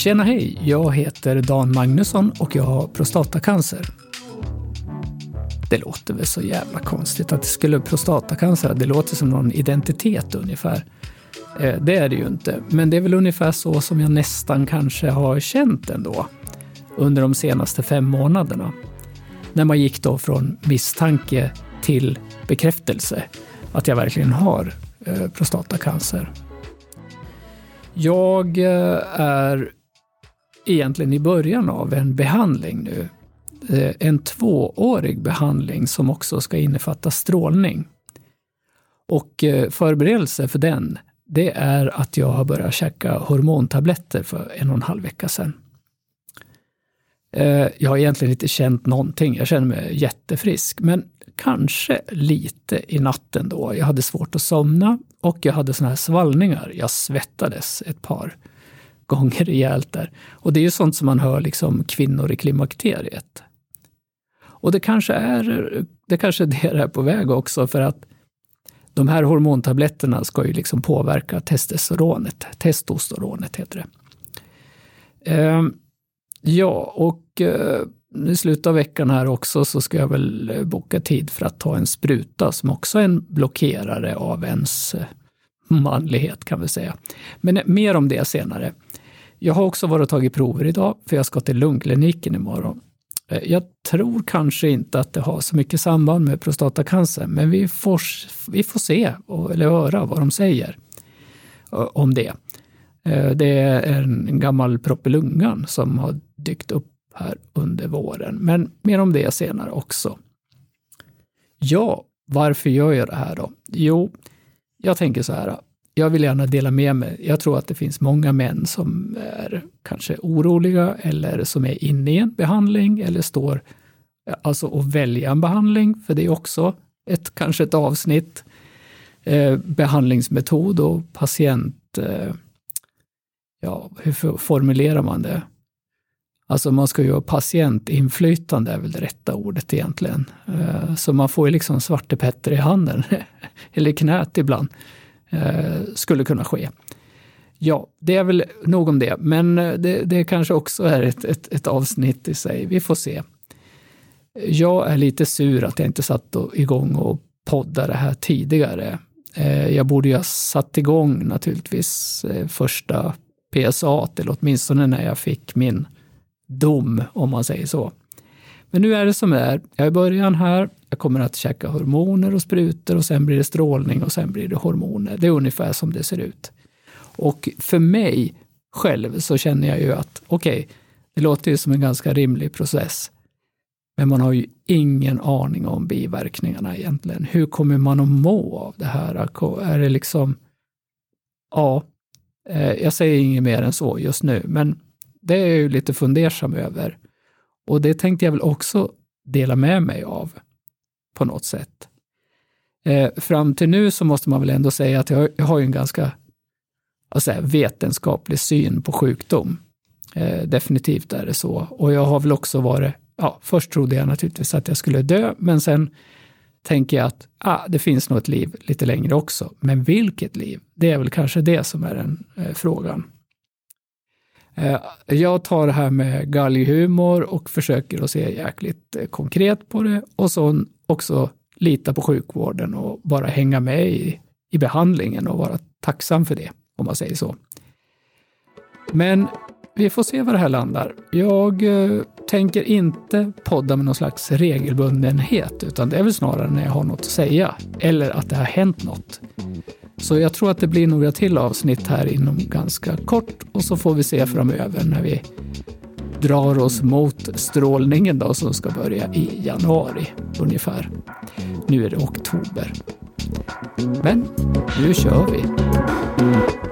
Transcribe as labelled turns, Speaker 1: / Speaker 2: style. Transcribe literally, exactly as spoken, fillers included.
Speaker 1: Tjena hej, jag heter Dan Magnusson och jag har prostatacancer. Det låter väl så jävla konstigt att det skulle prostatacancer. Det låter som någon identitet ungefär. Det är det ju inte. Men det är väl ungefär så som jag nästan kanske har känt ändå. Under de senaste fem månaderna. När man gick då från misstanke till bekräftelse. Att jag verkligen har prostatacancer. Jag är egentligen i början av en behandling nu. En tvåårig behandling som också ska innefatta strålning. Och förberedelse för den, det är att jag har börjat käka hormontabletter för en och en halv vecka sedan. Jag har egentligen inte känt någonting, jag känner mig jättefrisk. Men kanske lite i natten då. Jag hade svårt att somna och jag hade såna här svallningar. Jag svettades ett par gånger rejält där. Och det är ju sånt som man hör liksom kvinnor i klimakteriet. Och det kanske är det kanske är det är på väg också, för att de här hormontabletterna ska ju liksom påverka testosteronet. Testosteronet heter det. Eh, ja, och eh, i slutet av veckan här också så ska jag väl boka tid för att ta en spruta som också är en blockerare av ens manlighet kan vi säga. Men mer om det senare. Jag har också varit och tagit prover idag för jag ska till lungkliniken imorgon. Jag tror kanske inte att det har så mycket samband med prostatacancer, men vi får, vi får se eller höra vad de säger om det. Det är en gammal propp i lungan som har dykt upp här under våren, men mer om det senare också. Ja, varför gör jag det här då? Jo, jag tänker så här. Jag vill gärna dela med mig. Jag tror att det finns många män som är kanske oroliga eller som är inne i en behandling eller står alltså och välja en behandling, för det är också ett, kanske ett avsnitt eh, behandlingsmetod och patient eh, ja, hur formulerar man det? Alltså man ska ju ha patientinflytande är väl det rätta ordet egentligen. Eh, så man får ju liksom svartepetter i handen eller knät ibland. Skulle kunna ske. Ja, det är väl nog om det. Men det, det kanske också är ett, ett, ett avsnitt i sig. Vi får se. Jag är lite sur att jag inte satt igång och poddade det här tidigare. Jag borde ju ha satt igång naturligtvis första P S A, eller åtminstone när jag fick min dom, om man säger så. Men nu är det som det är. Jag är i början här. Jag kommer att käka hormoner och sprutor och sen blir det strålning och sen blir det hormoner. Det är ungefär som det ser ut. Och för mig själv så känner jag ju att okej, okay, det låter ju som en ganska rimlig process. Men man har ju ingen aning om biverkningarna egentligen. Hur kommer man att må av det här? Är det liksom, ja, jag säger inget mer än så just nu. Men det är jag ju lite fundersam över. Och det tänkte jag väl också dela med mig av på något sätt. Eh, fram till nu så måste man väl ändå säga att jag, jag har ju en ganska alltså, vetenskaplig syn på sjukdom. Eh, definitivt är det så. Och jag har väl också varit, ja, först trodde jag naturligtvis att jag skulle dö, men sen tänker jag att ah, det finns nog ett liv lite längre också. Men vilket liv? Det är väl kanske det som är den eh, frågan. Jag tar det här med galghumor och försöker att se jäkligt konkret på det. Och så också lita på sjukvården och bara hänga med i, i behandlingen och vara tacksam för det, om man säger så. Men vi får se vad det här landar. Jag eh, tänker inte podda med någon slags regelbundenhet, utan det är väl snarare när jag har något att säga eller att det har hänt något. Så jag tror att det blir några till avsnitt här inom ganska kort och så får vi se framöver när vi drar oss mot strålningen då som ska börja i januari ungefär. Nu är det oktober. Men nu kör vi!